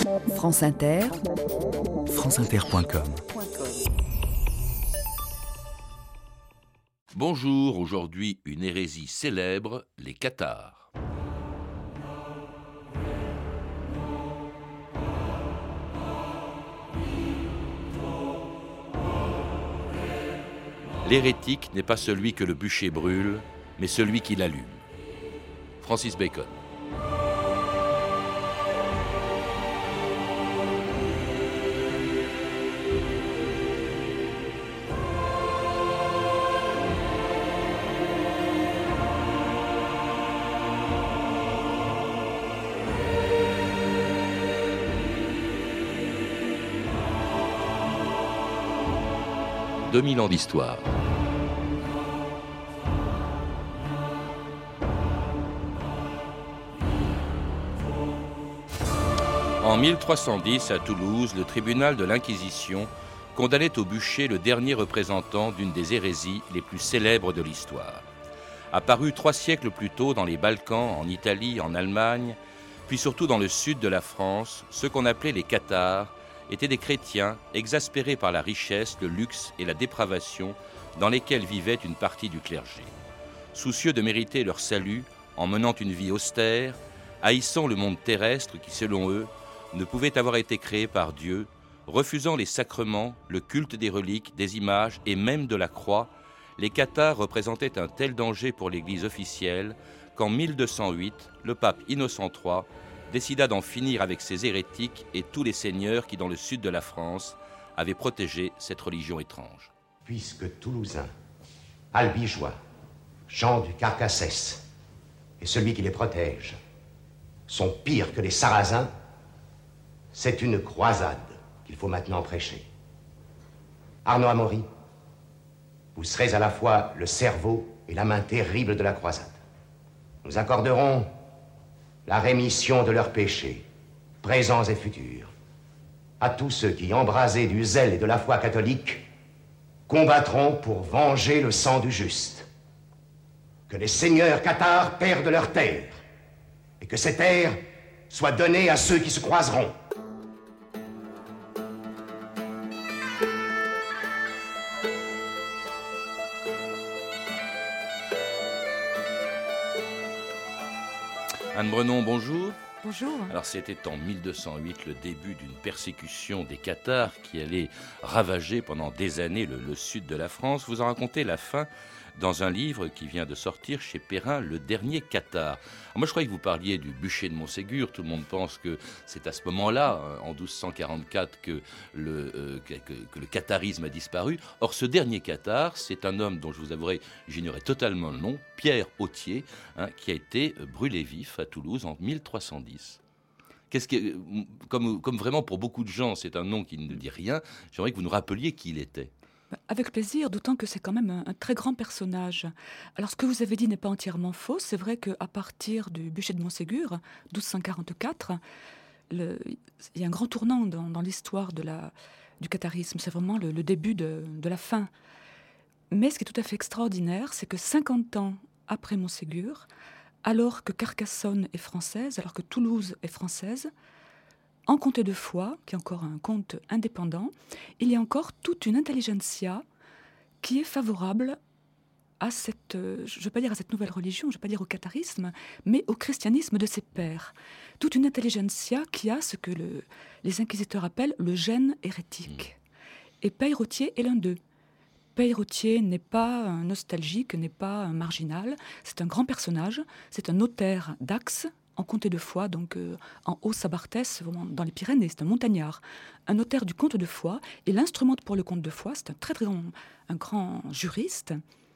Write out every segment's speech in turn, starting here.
France Inter, franceinter.com. Bonjour, aujourd'hui une hérésie célèbre, les cathares. L'hérétique n'est pas celui que le bûcher brûle, mais celui qui l'allume. Francis Bacon. « 2000 ans d'histoire. En 1310, à Toulouse, le tribunal de l'Inquisition condamnait au bûcher le dernier représentant d'une des hérésies les plus célèbres de l'histoire. Apparu 3 siècles plus tôt dans les Balkans, en Italie, en Allemagne, puis surtout dans le sud de la France, ceux qu'on appelait les cathares étaient des chrétiens exaspérés par la richesse, le luxe et la dépravation dans lesquels vivait une partie du clergé. Soucieux de mériter leur salut en menant une vie austère, haïssant le monde terrestre qui, selon eux, ne pouvait avoir été créé par Dieu, refusant les sacrements, le culte des reliques, des images et même de la croix, les cathares représentaient un tel danger pour l'Église officielle qu'en 1208, le pape Innocent III décida d'en finir avec ces hérétiques et tous les seigneurs qui, dans le sud de la France, avaient protégé cette religion étrange. Puisque Toulousain, Albigeois, Jean du Carcassès et celui qui les protège sont pires que les Sarrasins, c'est une croisade qu'il faut maintenant prêcher. Arnaud Amaury, vous serez à la fois le cerveau et la main terrible de la croisade. Nous accorderons la rémission de leurs péchés, présents et futurs, à tous ceux qui, embrasés du zèle et de la foi catholique, combattront pour venger le sang du juste. Que les seigneurs cathares perdent leurs terres, et que ces terres soient données à ceux qui se croiseront. Anne Brenon, bonjour. Bonjour. Alors c'était en 1208 le début d'une persécution des cathares qui allait ravager pendant des années le sud de la France. Vous en racontez la fin dans un livre qui vient de sortir chez Perrin, Le Dernier Cathare. Alors moi je croyais que vous parliez du bûcher de Montségur. Tout le monde pense que c'est à ce moment-là, en 1244, que le catharisme a disparu. Or ce dernier cathare, c'est un homme dont je vous avouerai, j'ignorais totalement le nom, Pierre Authier, qui a été brûlé vif à Toulouse en 1310. Comme vraiment pour beaucoup de gens, c'est un nom qui ne dit rien, j'aimerais que vous nous rappeliez qui il était. Avec plaisir, d'autant que c'est quand même un très grand personnage. Alors ce que vous avez dit n'est pas entièrement faux. C'est vrai qu'à partir du bûcher de Montségur, 1244, il y a un grand tournant dans l'histoire du catharisme. C'est vraiment le début de la fin. Mais ce qui est tout à fait extraordinaire, c'est que 50 ans après Montségur, alors que Carcassonne est française, alors que Toulouse est française, en comté de Foix, qui est encore un comte indépendant, il y a encore toute une intelligentsia qui est favorable à cette, je ne veux pas dire à cette nouvelle religion, je ne veux pas dire au catharisme, mais au christianisme de ses pères. Toute une intelligentsia qui a ce que les inquisiteurs appellent le gène hérétique. Et Pierre Authier est l'un d'eux. Pierre Authier n'est pas un nostalgique, n'est pas un marginal, c'est un grand personnage, c'est un notaire d'Axe, en comté de Foix, donc en Haut-Sabarthès, dans les Pyrénées, c'est un montagnard, un notaire du comte de Foix, et l'instrumente pour le comte de Foix, c'est un grand juriste.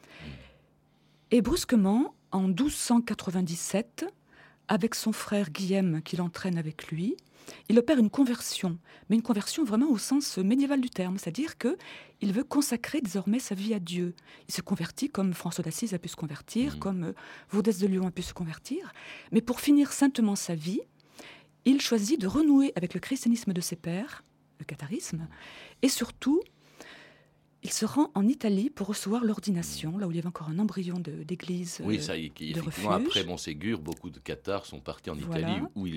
Et brusquement, en 1297, avec son frère Guillaume qui l'entraîne avec lui, il opère une conversion, mais une conversion vraiment au sens médiéval du terme, c'est-à-dire qu'il veut consacrer désormais sa vie à Dieu. Il se convertit comme François d'Assise a pu se convertir, comme Vaudès de Lyon a pu se convertir, mais pour finir saintement sa vie, il choisit de renouer avec le christianisme de ses pères, le catharisme, et surtout, il se rend en Italie pour recevoir l'ordination, là où il y avait encore un embryon d'église Oui, ça, effectivement, après Montségur, beaucoup de cathares sont partis en Italie où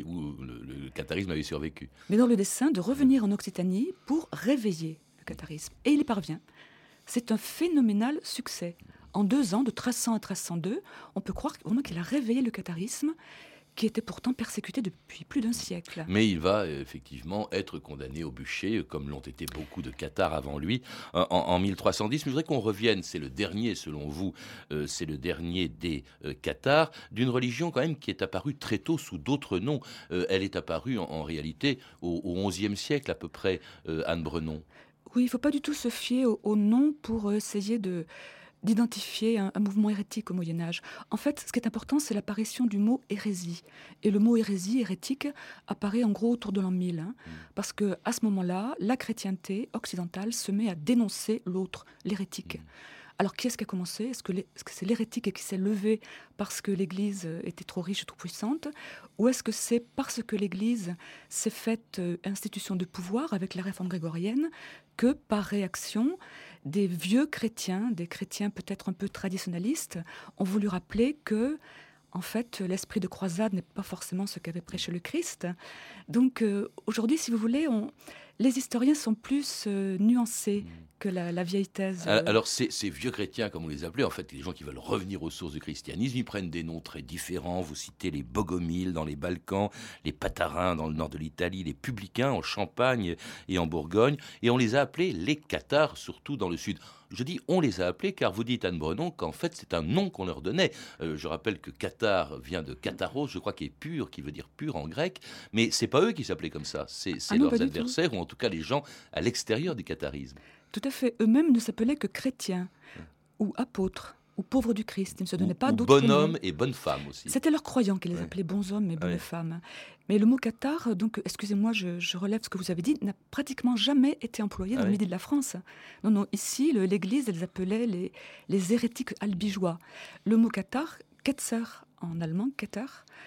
le catharisme avait survécu. Mais dans le dessein de revenir en Occitanie pour réveiller le catharisme. Et il y parvient. C'est un phénoménal succès. En 2 ans, de 1300 à 1302, on peut croire vraiment qu'il a réveillé le catharisme, qui était pourtant persécuté depuis plus d'1 siècle. Mais il va effectivement être condamné au bûcher, comme l'ont été beaucoup de cathares avant lui, en 1310. Mais je voudrais qu'on revienne, c'est le dernier, selon vous, c'est le dernier des cathares, d'une religion quand même qui est apparue très tôt sous d'autres noms. Elle est apparue en réalité au XIe siècle à peu près, Anne Brenon. Oui, il ne faut pas du tout se fier au nom pour essayer d'identifier un mouvement hérétique au Moyen-Âge. En fait, ce qui est important, c'est l'apparition du mot hérésie. Et le mot hérésie, hérétique, apparaît en gros autour de l'an 1000. Parce qu'à ce moment-là, la chrétienté occidentale se met à dénoncer l'autre, l'hérétique. Alors, qui est-ce qui a commencé ? Est-ce que c'est l'hérétique qui s'est levé parce que l'Église était trop riche et trop puissante ? Ou est-ce que c'est parce que l'Église s'est faite institution de pouvoir avec la réforme grégorienne que, par réaction, des vieux chrétiens, des chrétiens peut-être un peu traditionnalistes, ont voulu rappeler que, en fait, l'esprit de croisade n'est pas forcément ce qu'avait prêché le Christ. Donc, aujourd'hui, si vous voulez, les historiens sont plus nuancés que la vieille thèse. Alors ces vieux chrétiens, comme on les appelait, en fait, les gens qui veulent revenir aux sources du christianisme, ils prennent des noms très différents. Vous citez les Bogomiles dans les Balkans, les Patarins dans le nord de l'Italie, les Publicains en Champagne et en Bourgogne, et on les a appelés les cathares, surtout dans le sud. Je dis on les a appelés car vous dites, Anne Brenon, qu'en fait c'est un nom qu'on leur donnait. Je rappelle que cathare vient de katharos, je crois qu'il est pur, qui veut dire pur en grec, mais c'est pas eux qui s'appelaient comme ça, c'est leurs adversaires, ou en tout cas les gens à l'extérieur du catharisme. Tout à fait. Eux-mêmes ne s'appelaient que chrétiens, ou apôtres, ou pauvres du Christ. Ils ne se donnaient pas d'autres noms. Bonhomme et bonne femme aussi. C'était leurs croyants qui les appelaient bons hommes et bonnes femmes. Mais le mot cathare, donc, excusez-moi, je relève ce que vous avez dit, n'a pratiquement jamais été employé dans le midi de la France. Non, ici, l'Église, elle appelait les hérétiques albigeois. Le mot cathare, Ketzer en allemand, Keter,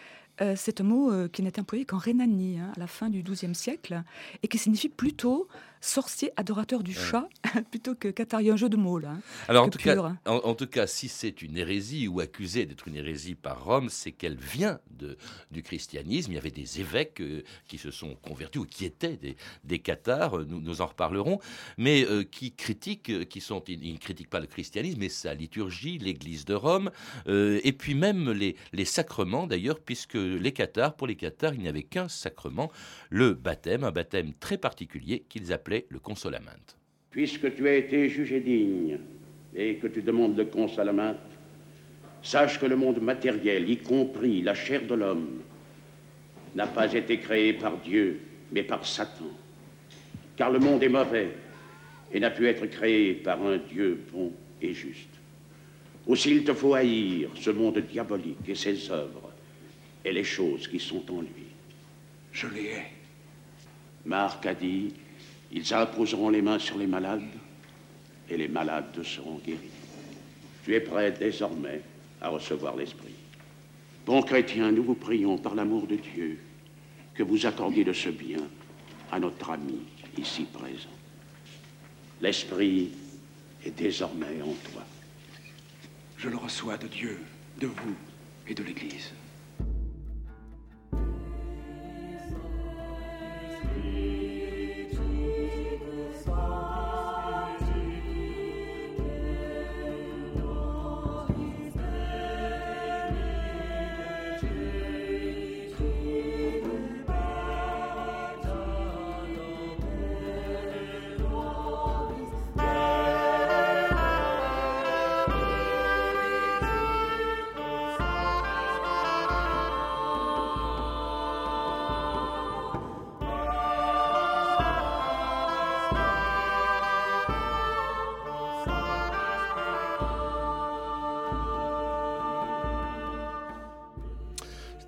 c'est un mot qui n'était employé qu'en Rhénanie, à la fin du XIIe siècle, et qui signifie plutôt sorcier adorateur du chat, plutôt que cathare. Il y a un jeu de mots, là. Alors, en tout cas, si c'est une hérésie, ou accusée d'être une hérésie par Rome, c'est qu'elle vient du christianisme. Il y avait des évêques qui se sont convertis, ou qui étaient des cathares, nous en reparlerons, mais qui critiquent, ils ne critiquent pas le christianisme, mais sa liturgie, l'église de Rome, et puis même les sacrements, d'ailleurs, puisque pour les cathares, il n'y avait qu'un sacrement, le baptême, un baptême très particulier qu'ils appelaient le consolament. Puisque tu as été jugé digne et que tu demandes le consolament, sache que le monde matériel, y compris la chair de l'homme, n'a pas été créé par Dieu, mais par Satan. Car le monde est mauvais et n'a pu être créé par un Dieu bon et juste. Aussi il te faut haïr ce monde diabolique et ses œuvres et les choses qui sont en lui. Je les hais. Marc a dit, ils imposeront les mains sur les malades et les malades seront guéris. Tu es prêt désormais à recevoir l'Esprit. Bons chrétiens, nous vous prions par l'amour de Dieu que vous accordiez de ce bien à notre ami ici présent. L'Esprit est désormais en toi. Je le reçois de Dieu, de vous et de l'Église.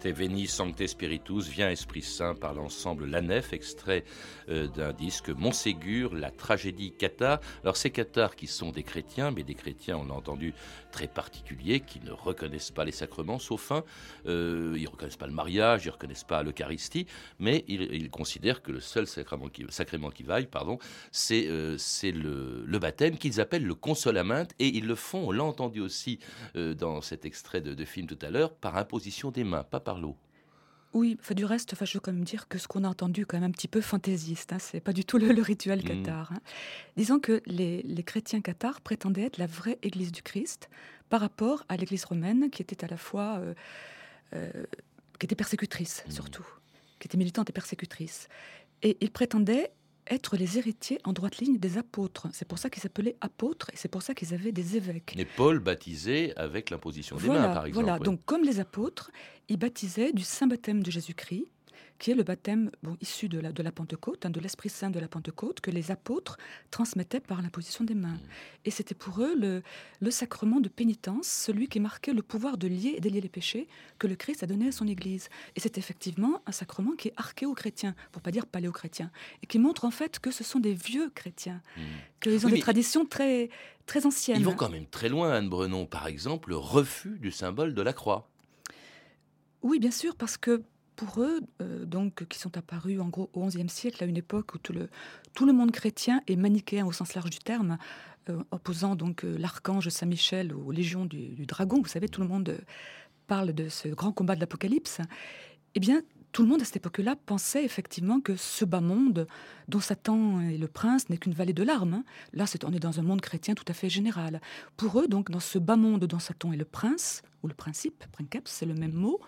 Te Veni Sancte Spiritus, Viens Esprit Saint, par l'ensemble La Nef, extrait d'un disque Montségur, la tragédie cathare. Alors ces cathares qui sont des chrétiens, mais des chrétiens, on l'a entendu, très particuliers, qui ne reconnaissent pas les sacrements, sauf un. Ils ne reconnaissent pas le mariage, ils ne reconnaissent pas l'Eucharistie, mais ils considèrent que le seul sacrement qui vaille, c'est le baptême qu'ils appellent le consolament, et ils le font, on l'a entendu aussi dans cet extrait de film tout à l'heure, par imposition des mains, pas par l'eau. Oui, du reste, je veux quand même dire que ce qu'on a entendu est quand même un petit peu fantaisiste. C'est pas du tout le rituel cathare. Disons que les chrétiens cathares prétendaient être la vraie Église du Christ par rapport à l'Église romaine qui était à la fois qui était persécutrice surtout, qui était militante et persécutrice. Et ils prétendaient être les héritiers en droite ligne des apôtres. C'est pour ça qu'ils s'appelaient apôtres et c'est pour ça qu'ils avaient des évêques. Et Paul baptisait avec l'imposition des mains, par exemple. Voilà, donc comme les apôtres, ils baptisaient du saint baptême de Jésus-Christ, qui est le baptême issu de la Pentecôte, de l'Esprit Saint de la Pentecôte, que les apôtres transmettaient par l'imposition des mains. Et c'était pour eux le sacrement de pénitence, celui qui marquait le pouvoir de lier et délier les péchés que le Christ a donné à son Église. Et c'est effectivement un sacrement qui est archéo-chrétien, pour ne pas dire paléo-chrétien, et qui montre en fait que ce sont des vieux chrétiens, qu'ils ont des traditions très, très anciennes. Ils vont quand même très loin, Anne Brenon, par exemple, le refus du symbole de la croix. Oui, bien sûr, parce que pour eux, donc, qui sont apparus en gros au XIe siècle, à une époque où tout le monde chrétien est manichéen au sens large du terme, opposant donc l'archange Saint-Michel aux légions du dragon. Vous savez, tout le monde parle de ce grand combat de l'Apocalypse. Eh bien, tout le monde à cette époque-là pensait effectivement que ce bas monde, dont Satan est le prince, n'est qu'une vallée de larmes. Là, on est dans un monde chrétien tout à fait général. Pour eux, donc, dans ce bas monde dont Satan est le prince, ou le principe, princeps, c'est le même mot,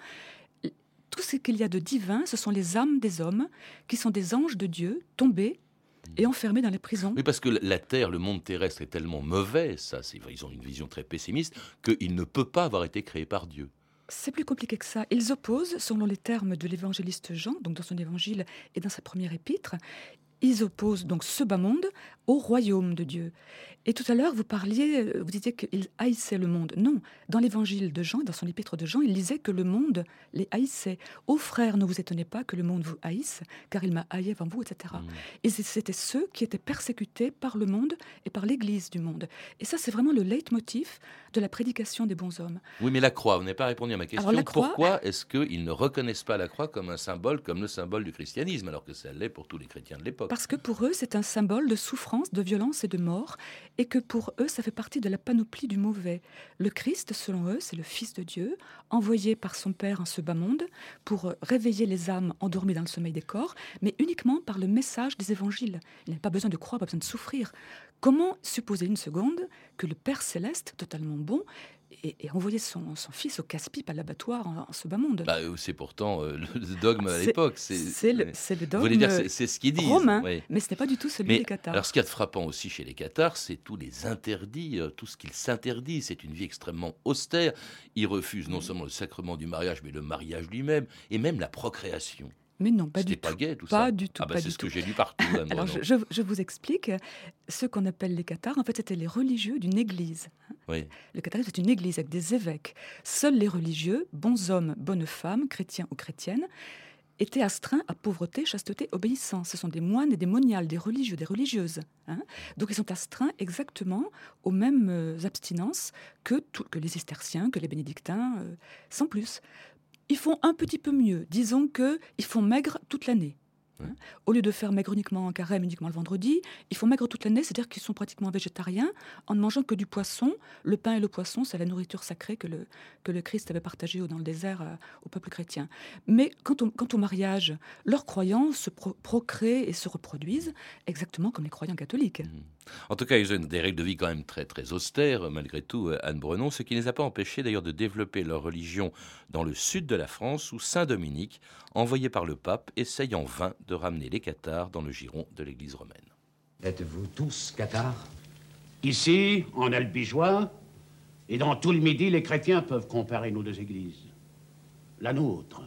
tout ce qu'il y a de divin, ce sont les âmes des hommes, qui sont des anges de Dieu, tombés et enfermés dans les prisons. Oui, parce que la Terre, le monde terrestre est tellement mauvais, ils ont une vision très pessimiste, qu'il ne peut pas avoir été créé par Dieu. C'est plus compliqué que ça. Ils opposent, selon les termes de l'évangéliste Jean, donc dans son évangile et dans sa première épître, ils opposent donc ce bas monde au royaume de Dieu. Et tout à l'heure, vous disiez qu'ils haïssaient le monde. Non, dans l'évangile de Jean, dans son épître de Jean, il disait que le monde les haïssait. « Ô frères, ne vous étonnez pas que le monde vous haïsse, car il m'a haï avant vous, etc. » Et c'était ceux qui étaient persécutés par le monde et par l'Église du monde. Et ça, c'est vraiment le leitmotiv de la prédication des bons hommes. Oui, mais la croix, vous n'avez pas répondu à ma question. Pourquoi est-ce qu'ils ne reconnaissent pas la croix comme un symbole, comme le symbole du christianisme, alors que ça l'est pour tous les chrétiens de l'époque? Parce que pour eux, c'est un symbole de souffrance, de violence et de mort, et que pour eux, ça fait partie de la panoplie du mauvais. Le Christ, selon eux, c'est le Fils de Dieu, envoyé par son Père en ce bas monde pour réveiller les âmes endormies dans le sommeil des corps, mais uniquement par le message des évangiles. Il n'a pas besoin de croire, pas besoin de souffrir. Comment supposer une seconde que le Père céleste, totalement bon, ait envoyé son fils au casse-pipe à l'abattoir en ce bas monde? C'est pourtant le dogme à l'époque. C'est le dogme. Vous voulez dire, c'est ce qu'ils disent. Romain, oui. Mais ce n'est pas du tout celui des cathares. Alors, ce qu'il y a de frappant aussi chez les cathares, c'est tous les interdits, tout ce qu'ils s'interdisent. C'est une vie extrêmement austère. Ils refusent non seulement le sacrement du mariage, mais le mariage lui-même, et même la procréation. Mais non, pas du tout. C'était pas gai, tout pas ça. Du tout. C'est ce que j'ai lu partout. Alors, je vous explique. Ce qu'on appelle les cathares, en fait, c'était les religieux d'une église. Oui. Le catharisme, c'est une église avec des évêques. Seuls les religieux, bons hommes, bonnes femmes, chrétiens ou chrétiennes, étaient astreints à pauvreté, chasteté, obéissance. Ce sont des moines et des moniales, des religieux, des religieuses. Donc, ils sont astreints exactement aux mêmes abstinences que les cisterciens, que les bénédictins, sans plus. Ils font un petit peu mieux. Disons qu'ils font maigre toute l'année. Au lieu de faire maigre uniquement en carême, uniquement le vendredi, ils font maigre toute l'année, c'est-à-dire qu'ils sont pratiquement végétariens en ne mangeant que du poisson. Le pain et le poisson, c'est la nourriture sacrée que le Christ avait partagée dans le désert au peuple chrétien. Mais quant au mariage, leurs croyants se procréent et se reproduisent exactement comme les croyants catholiques. En tout cas, ils ont des règles de vie quand même très, très austères, malgré tout, Anne Brenon, ce qui ne les a pas empêchés d'ailleurs de développer leur religion dans le sud de la France, où Saint Dominique, envoyé par le pape, essaye en vain de ramener les cathares dans le giron de l'Église romaine. Êtes-vous tous cathares? Ici, en Albigeois, et dans tout le Midi, les chrétiens peuvent comparer nos deux églises. La nôtre,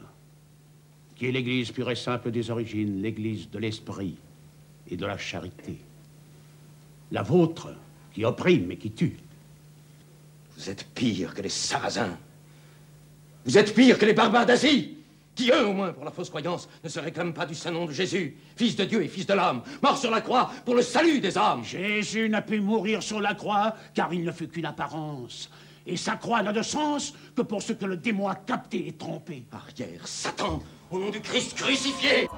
qui est l'église pure et simple des origines, l'église de l'esprit et de la charité. La vôtre, qui opprime et qui tue. Vous êtes pire que les Sarrasins. Vous êtes pire que les barbares d'Asie. qui eux, au moins, pour leur fausse croyance, ne se réclament pas du saint nom de Jésus, fils de Dieu et fils de l'homme, mort sur la croix pour le salut des âmes. Jésus n'a pu mourir sur la croix, car il ne fut qu'une apparence. Et sa croix n'a de sens que pour ce que le démon a capté et trompé. Arrière, Satan, au nom du Christ crucifié!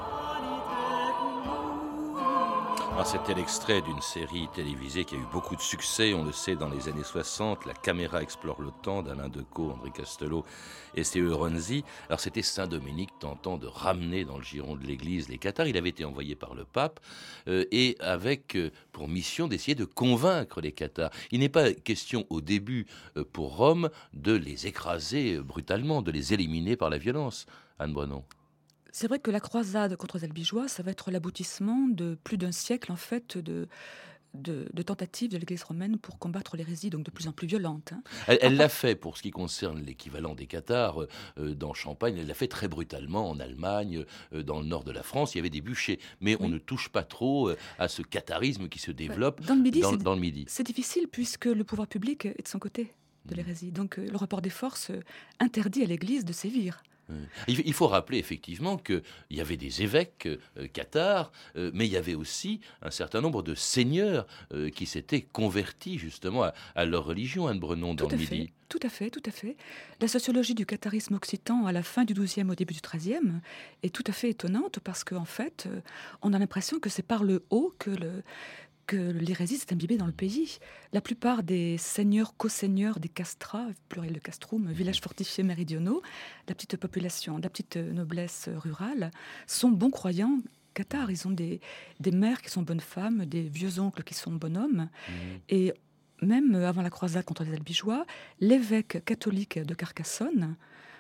Alors, c'était l'extrait d'une série télévisée qui a eu beaucoup de succès, on le sait, dans les années 60, La caméra explore le temps, d'Alain Decaux, André Castelot et C.E. Ronzi. Alors, c'était Saint-Dominique tentant de ramener dans le giron de l'Église les cathares. Il avait été envoyé par le pape et avec pour mission d'essayer de convaincre les cathares. Il n'est pas question au début pour Rome de les écraser brutalement, de les éliminer par la violence. Anne Brenon. C'est vrai que la croisade contre les Albigeois, ça va être l'aboutissement de plus d'un siècle en fait de tentatives de l'Église romaine pour combattre l'hérésie, donc de plus en plus violente. Elle l'a fait pour ce qui concerne l'équivalent des cathares dans Champagne, elle l'a fait très brutalement en Allemagne, dans le nord de la France, il y avait des bûchers, mais on ne touche pas trop à ce catharisme qui se développe dans le Midi. C'est difficile puisque le pouvoir public est de son côté de l'hérésie, donc le rapport des forces interdit à l'Église de sévir. Il faut rappeler effectivement qu'il y avait des évêques cathares, mais il y avait aussi un certain nombre de seigneurs qui s'étaient convertis justement à leur religion, Anne Brenon, dans le Midi. Tout à fait. La sociologie du catharisme occitan à la fin du XIIe, au début du XIIIe, est tout à fait étonnante parce qu'en fait, on a l'impression que c'est par le haut que l'hérésie s'est imbibée dans le pays. La plupart des seigneurs, co-seigneurs des castras, pluriel de castrum, villages fortifiés méridionaux, la petite population, la petite noblesse rurale, sont bons croyants cathares. Ils ont des mères qui sont bonnes femmes, des vieux oncles qui sont bonshommes. Et même avant la croisade contre les Albigeois, l'évêque catholique de Carcassonne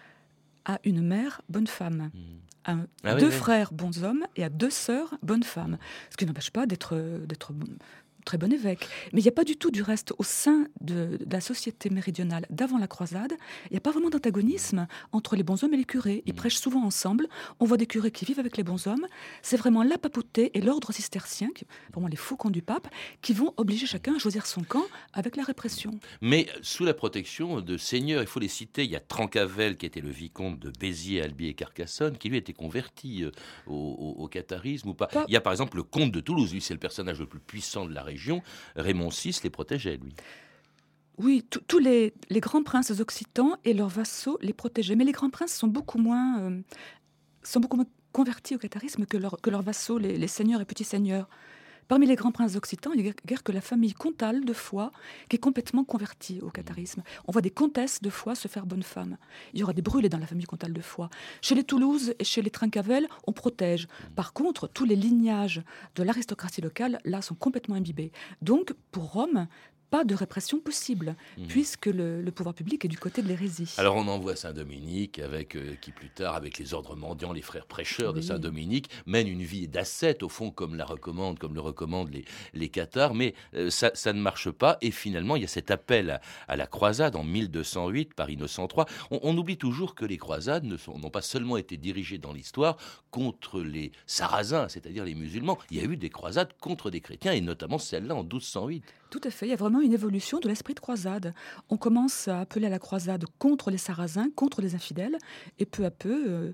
a une mère bonne femme. Deux frères bons hommes et à 2 sœurs bonnes femmes. Ce qui n'empêche pas d'être très bon évêque. Mais il n'y a pas du tout, du reste, au sein de la société méridionale d'avant la croisade, il n'y a pas vraiment d'antagonisme entre les bonshommes et les curés. Ils prêchent souvent ensemble. On voit des curés qui vivent avec les bonshommes. C'est vraiment la papauté et l'ordre cistercien, vraiment les faucons du pape, qui vont obliger chacun à choisir son camp avec la répression. Mais sous la protection de seigneurs, il faut les citer. Il y a Trancavel, qui était le vicomte de Béziers, Albi et Carcassonne, qui lui était converti au catharisme ou pas. Il y a par exemple le comte de Toulouse. Lui, c'est le personnage le plus puissant de la région. Raymond VI les protégeait, lui. Oui, tous les grands princes occitans et leurs vassaux les protégeaient. Mais les grands princes sont beaucoup moins convertis au catharisme que leurs vassaux, les seigneurs et petits seigneurs. Parmi les grands princes occitans, il n'y a guère que la famille comtale de Foix qui est complètement convertie au catharisme. On voit des comtesses de Foix se faire bonne femme. Il y aura des brûlés dans la famille comtale de Foix. Chez les Toulouse et chez les Trincavel, on protège. Par contre, tous les lignages de l'aristocratie locale, là, sont complètement imbibés. Donc, pour Rome, pas de répression possible, puisque le pouvoir public est du côté de l'hérésie. Alors on envoie Saint-Dominique, qui plus tard, avec les ordres mendiants, les frères prêcheurs de Saint-Dominique, mène une vie d'ascète, au fond, comme le recommandent les cathares, mais ça ne marche pas, et finalement, il y a cet appel à la croisade en 1208 par Innocent III. On oublie toujours que les croisades n'ont pas seulement été dirigées dans l'histoire contre les Sarrasins, c'est-à-dire les musulmans. Il y a eu des croisades contre des chrétiens, et notamment celle-là en 1208. Tout à fait, il y a vraiment une évolution de l'esprit de croisade. On commence à appeler à la croisade contre les Sarrasins, contre les infidèles, et peu à peu,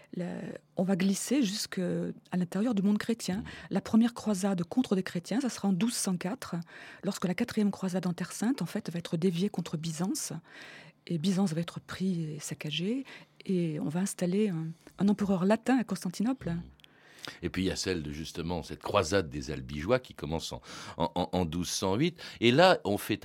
on va glisser jusqu'à l'intérieur du monde chrétien. La première croisade contre des chrétiens, ça sera en 1204, lorsque la 4e croisade en Terre Sainte, en fait, va être déviée contre Byzance, et Byzance va être pris et saccagé, et on va installer un empereur latin à Constantinople. Et puis il y a celle de justement cette croisade des Albigeois qui commence en 1208. Et là,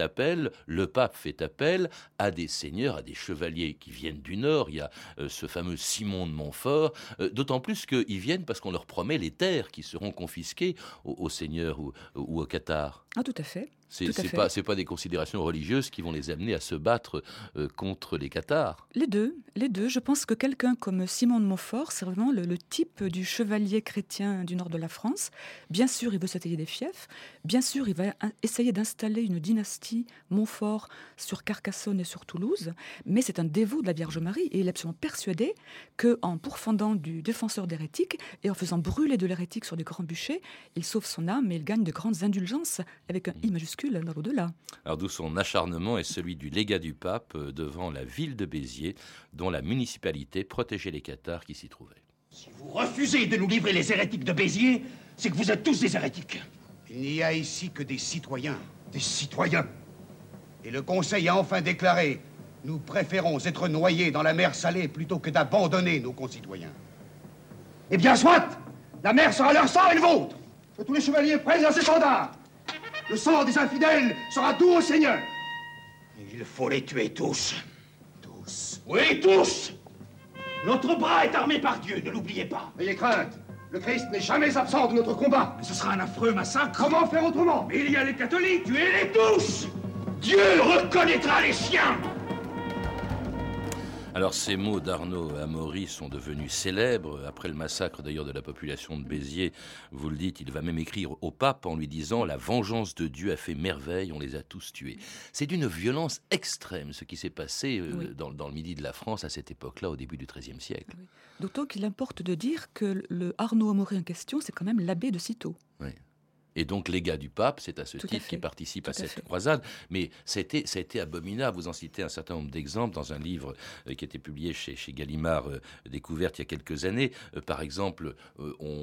le pape fait appel à des seigneurs, à des chevaliers qui viennent du Nord. Il y a ce fameux Simon de Montfort, d'autant plus qu'ils viennent parce qu'on leur promet les terres qui seront confisquées aux seigneurs ou aux cathares. Ah, tout à fait. C'est pas des considérations religieuses qui vont les amener à se battre contre les cathares. Les deux. Je pense que quelqu'un comme Simon de Montfort, c'est vraiment le type du chevalier chrétien du nord de la France. Bien sûr, il veut s'attayer des fiefs. Bien sûr, il va essayer d'installer une dynastie Montfort sur Carcassonne et sur Toulouse. Mais c'est un dévot de la Vierge Marie et il est absolument persuadé qu'en pourfendant du défenseur d'hérétique et en faisant brûler de l'hérétique sur des grands bûchers, il sauve son âme et il gagne de grandes indulgences avec un I majuscule dans l'au-delà. Alors d'où son acharnement et celui du légat du pape devant la ville de Béziers, dont la municipalité protégeait les cathares qui s'y trouvaient. Si vous refusez de nous livrer les hérétiques de Béziers, c'est que vous êtes tous des hérétiques. Il n'y a ici que des citoyens. Des citoyens. Et le Conseil a enfin déclaré: nous préférons être noyés dans la mer Salée plutôt que d'abandonner nos concitoyens. Eh bien, soit! La mer sera leur sang et le vôtre! Que tous les chevaliers prennent leurs étendards! Le sang des infidèles sera doux au Seigneur! Il faut les tuer tous. Tous. Oui, tous! Notre bras est armé par Dieu, ne l'oubliez pas. Ayez crainte, le Christ n'est jamais absent de notre combat. Mais ce sera un affreux massacre. Comment faire autrement? Mais il y a les catholiques, tuez-les tous! Dieu reconnaîtra les siens! Alors ces mots d'Arnaud Amaury sont devenus célèbres, après le massacre d'ailleurs de la population de Béziers, vous le dites, il va même écrire au pape en lui disant « La vengeance de Dieu a fait merveille, on les a tous tués ». C'est d'une violence extrême ce qui s'est passé dans le midi de la France à cette époque-là, au début du XIIIe siècle. Oui. D'autant qu'il importe de dire que le Arnaud Amaury en question, c'est quand même l'abbé de Cîteaux. Oui. Et donc, légat du pape, c'est à ce titre qu'il participe à cette croisade. Mais ça a été abominable. Vous en citez un certain nombre d'exemples dans un livre qui a été publié chez Gallimard, découverte il y a quelques années. Par exemple, on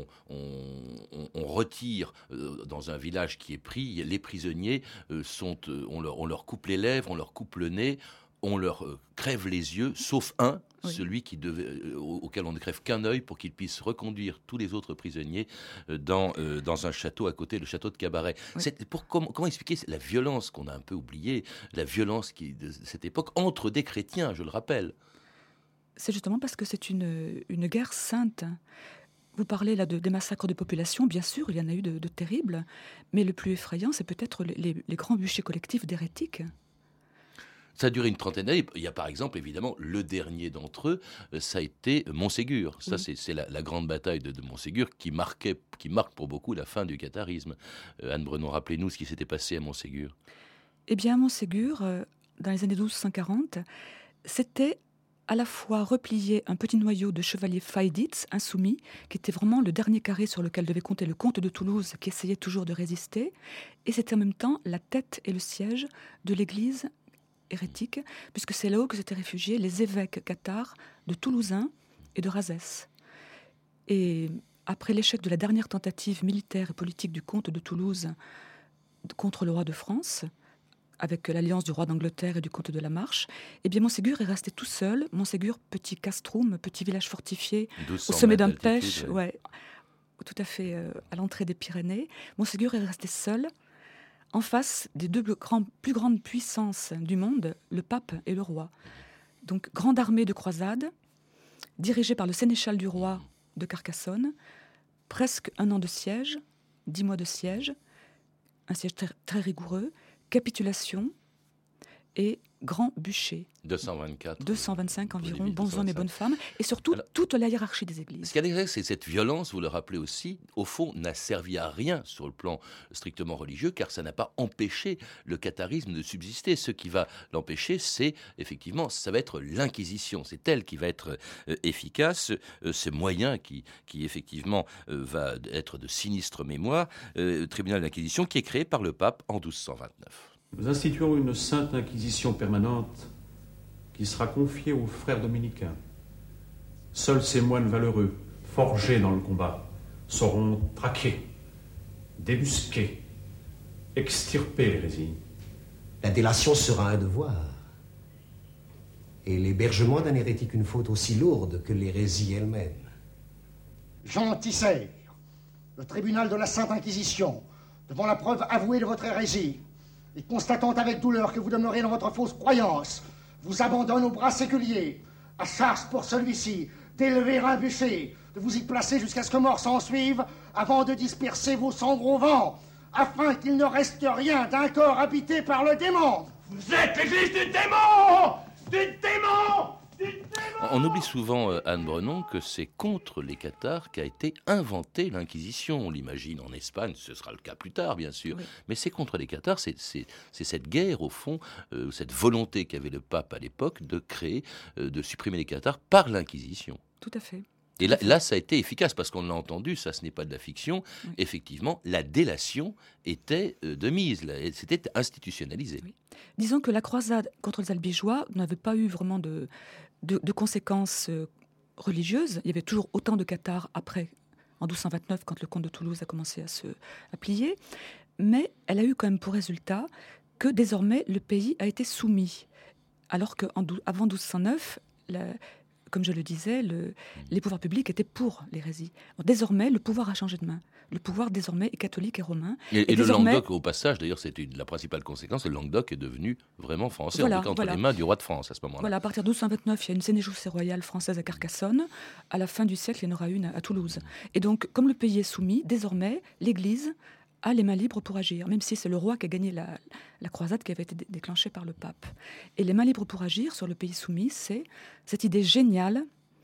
retire dans un village qui est pris, les prisonniers, on leur coupe les lèvres, on leur coupe le nez, on leur crève les yeux, sauf un, celui auquel on ne crève qu'un œil pour qu'il puisse reconduire tous les autres prisonniers dans un château à côté, le château de Cabaret. Oui. Comment expliquer la violence qu'on a un peu oubliée, la violence de cette époque entre des chrétiens, je le rappelle? C'est justement parce que c'est une guerre sainte. Vous parlez là des massacres de population, bien sûr, il y en a eu de terribles, mais le plus effrayant, c'est peut-être les grands bûchers collectifs d'hérétiques. Ça a duré une trentaine d'années. Il y a par exemple, évidemment, le dernier d'entre eux, ça a été Montségur. Ça, oui. c'est la grande bataille de Montségur qui marque pour beaucoup la fin du catharisme. Anne Brenon, rappelez-nous ce qui s'était passé à Montségur. Eh bien, à Montségur, dans les années 1240, c'était à la fois replier un petit noyau de chevaliers faïdits, insoumis, qui était vraiment le dernier carré sur lequel devait compter le comte de Toulouse, qui essayait toujours de résister, et c'était en même temps la tête et le siège de l'église hérétique, puisque c'est là-haut que s'étaient réfugiés les évêques cathares de Toulousain et de Razès. Et après l'échec de la dernière tentative militaire et politique du comte de Toulouse contre le roi de France, avec l'alliance du roi d'Angleterre et du comte de la Marche, eh bien Montségur est resté tout seul. Montségur, petit castrum, petit village fortifié, au sommet d'un pêche, tout à fait à l'entrée des Pyrénées. Montségur est resté seul, en face des deux plus grandes puissances du monde, le pape et le roi. Donc, grande armée de croisade, dirigée par le sénéchal du roi de Carcassonne, presque 1 an de siège, 10 mois de siège, un siège très, très rigoureux, capitulation et grand bûcher. 225 environ, bons hommes et bonnes femmes, et surtout toute la hiérarchie des églises. Ce qui est intéressant, c'est cette violence, vous le rappelez aussi, au fond, n'a servi à rien sur le plan strictement religieux, car ça n'a pas empêché le catharisme de subsister. Ce qui va l'empêcher, c'est effectivement, ça va être l'Inquisition. C'est elle qui va être efficace. Ce moyen qui effectivement va être de sinistre mémoire, tribunal d'Inquisition, qui est créé par le pape en 1229. Nous instituons une sainte inquisition permanente qui sera confiée aux frères dominicains. Seuls ces moines valeureux, forgés dans le combat, sauront traquer, débusquer, extirper l'hérésie. La délation sera un devoir. Et l'hébergement d'un hérétique une faute aussi lourde que l'hérésie elle-même. Jean Tisser, le tribunal de la Sainte Inquisition, devant la preuve avouée de votre hérésie, et constatant avec douleur que vous demeurez dans votre fausse croyance, vous abandonne au bras séculier, à charge pour celui-ci d'élever un bûcher, de vous y placer jusqu'à ce que mort s'en suive, avant de disperser vos cendres au vent, afin qu'il ne reste rien d'un corps habité par le démon. Vous êtes l'église du démon! Du démon! On oublie souvent, Anne Brenon, que c'est contre les cathares qu'a été inventée l'Inquisition. On l'imagine en Espagne, ce sera le cas plus tard, bien sûr. Oui. Mais c'est contre les cathares, c'est cette guerre, au fond, cette volonté qu'avait le pape à l'époque de créer, de supprimer les cathares par l'Inquisition. Tout à fait. Et là, ça a été efficace, parce qu'on l'a entendu, ça, ce n'est pas de la fiction. Oui. Effectivement, la délation était de mise, c'était institutionnalisé. Oui. Disons que la croisade contre les Albigeois n'avait pas eu vraiment de conséquences religieuses. Il y avait toujours autant de cathares après, en 1229, quand le comte de Toulouse a commencé à plier. Mais elle a eu quand même pour résultat que désormais le pays a été soumis. Alors qu'avant 1209, comme je le disais, les pouvoirs publics étaient pour l'hérésie. Désormais, le pouvoir a changé de main. Le pouvoir, désormais, est catholique et romain. Et désormais... le Languedoc, au passage, d'ailleurs, c'était la principale conséquence, le Languedoc est devenu vraiment français, en tout cas entre les mains du roi de France à ce moment-là. Voilà, à partir de 1229, il y a une sénéchaussée royale française à Carcassonne. À la fin du siècle, il y en aura une à Toulouse. Et donc, comme le pays est soumis, désormais, l'Église a les mains libres pour agir, même si c'est le roi qui a gagné la croisade qui avait été déclenchée par le pape. Et les mains libres pour agir sur le pays soumis, c'est cette idée géniale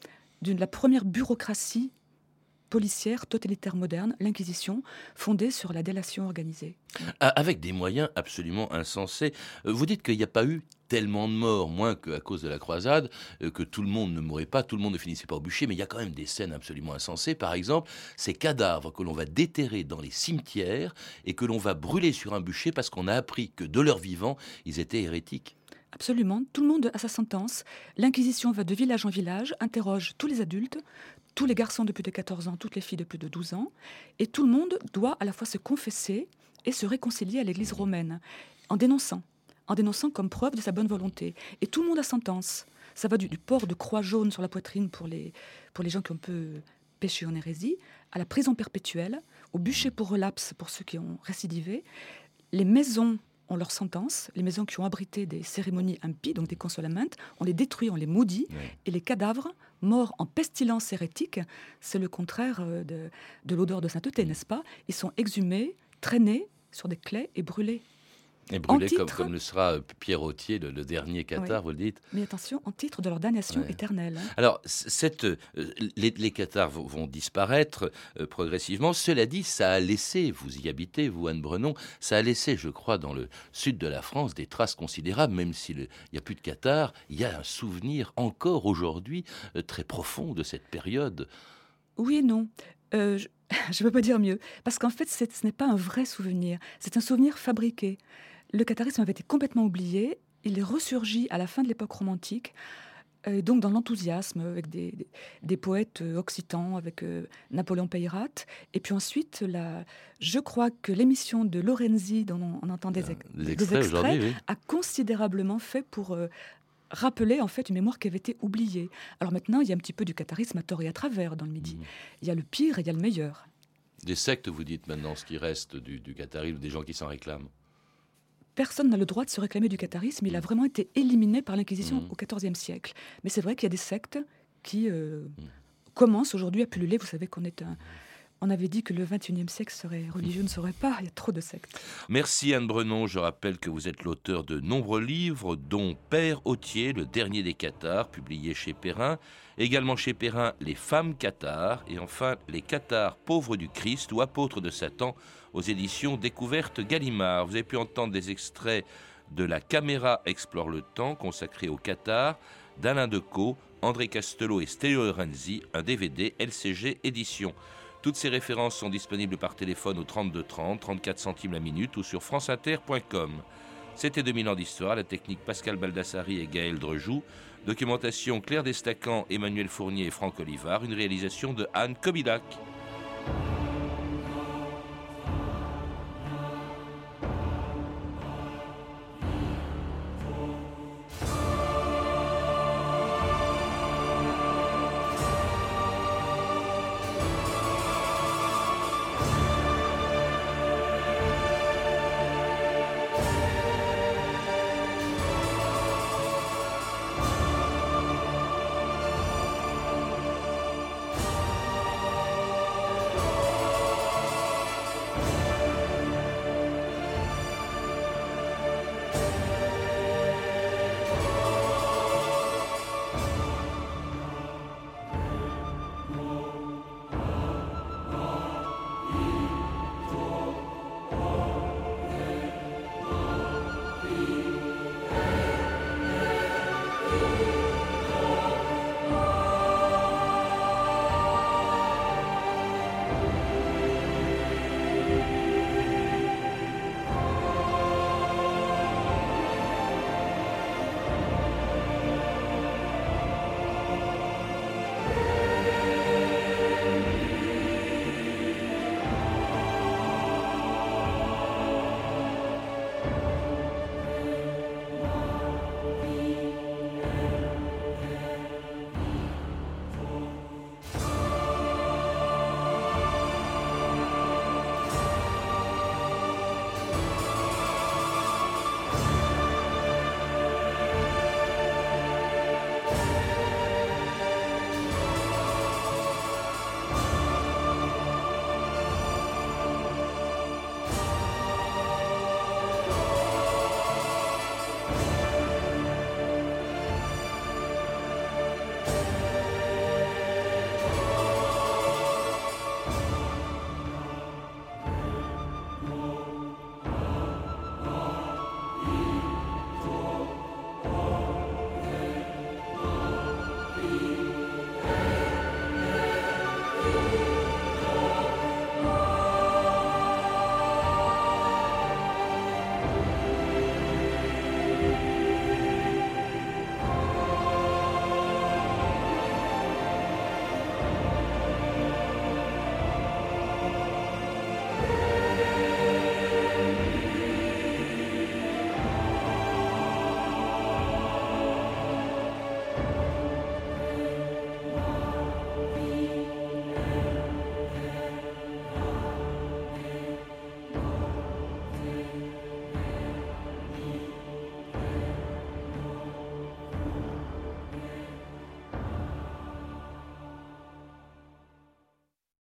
de la première bureaucratie policière totalitaire moderne, l'Inquisition, fondée sur la délation organisée. Avec des moyens absolument insensés. Vous dites qu'il n'y a pas eu tellement de morts, moins qu'à cause de la croisade, que tout le monde ne mourait pas, tout le monde ne finissait pas au bûcher, mais il y a quand même des scènes absolument insensées. Par exemple, ces cadavres que l'on va déterrer dans les cimetières et que l'on va brûler sur un bûcher parce qu'on a appris que de leur vivant, ils étaient hérétiques. Absolument, tout le monde a sa sentence. L'Inquisition va de village en village, interroge tous les adultes, tous les garçons de plus de 14 ans, toutes les filles de plus de 12 ans, et tout le monde doit à la fois se confesser et se réconcilier à l'Église romaine, en dénonçant comme preuve de sa bonne volonté. Et tout le monde a sentence. Ça va du port de croix jaune sur la poitrine pour les gens qui ont peu péché en hérésie, à la prison perpétuelle, au bûcher pour relapse pour ceux qui ont récidivé. Les maisons ont leur sentence, les maisons qui ont abrité des cérémonies impies, donc des consolamentes, on les détruit, on les maudit, et les cadavres morts en pestilence hérétique, c'est le contraire de l'odeur de sainteté, n'est-ce pas? Ils sont exhumés, traînés sur des claies et brûlés. Et brûlés comme le sera Pierre Authier, le dernier cathare, vous le dites. Mais attention, en titre de leur damnation éternelle. Alors, les cathares vont disparaître progressivement. Cela dit, ça a laissé, vous y habitez, vous Anne Brenon, ça a laissé, je crois, dans le sud de la France, des traces considérables. Même s'il n'y a plus de cathares, il y a un souvenir encore aujourd'hui très profond de cette période. Oui et non. Je ne peux pas dire mieux. Parce qu'en fait, ce n'est pas un vrai souvenir. C'est un souvenir fabriqué. Le catharisme avait été complètement oublié. Il est ressurgi à la fin de l'époque romantique, donc dans l'enthousiasme, avec des poètes occitans, avec Napoléon Peyrat. Et puis ensuite, je crois que l'émission de Lorenzi, dont on entend des extraits a considérablement fait pour... rappeler en fait une mémoire qui avait été oubliée. Alors maintenant, il y a un petit peu du catharisme à tort et à travers dans le Midi. Il y a le pire et il y a le meilleur. Des sectes, vous dites maintenant, ce qui reste du catharisme, des gens qui s'en réclament. Personne n'a le droit de se réclamer du catharisme. Il a vraiment été éliminé par l'Inquisition au XIVe siècle. Mais c'est vrai qu'il y a des sectes qui commencent aujourd'hui à pulluler. Vous savez qu'on est On avait dit que le XXIe siècle serait religieux, ne serait pas. Il y a trop de sectes. Merci Anne Brenon. Je rappelle que vous êtes l'auteur de nombreux livres, dont Père Authier, le dernier des cathares, publié chez Perrin. Également chez Perrin, Les femmes cathares. Et enfin, Les cathares pauvres du Christ ou apôtres de Satan, aux éditions Découverte Gallimard. Vous avez pu entendre des extraits de La caméra explore le temps, consacré aux cathares, d'Alain Decaux, André Castelot et Stelio Lorenzi, un DVD LCG édition. Toutes ces références sont disponibles par téléphone au 32 30, 34 centimes la minute ou sur franceinter.com. C'était 2000 ans d'histoire, la technique Pascal Baldassari et Gaël Drejoux, documentation Claire Destacan, Emmanuel Fournier et Franck Olivard, une réalisation de Anne Kobilac.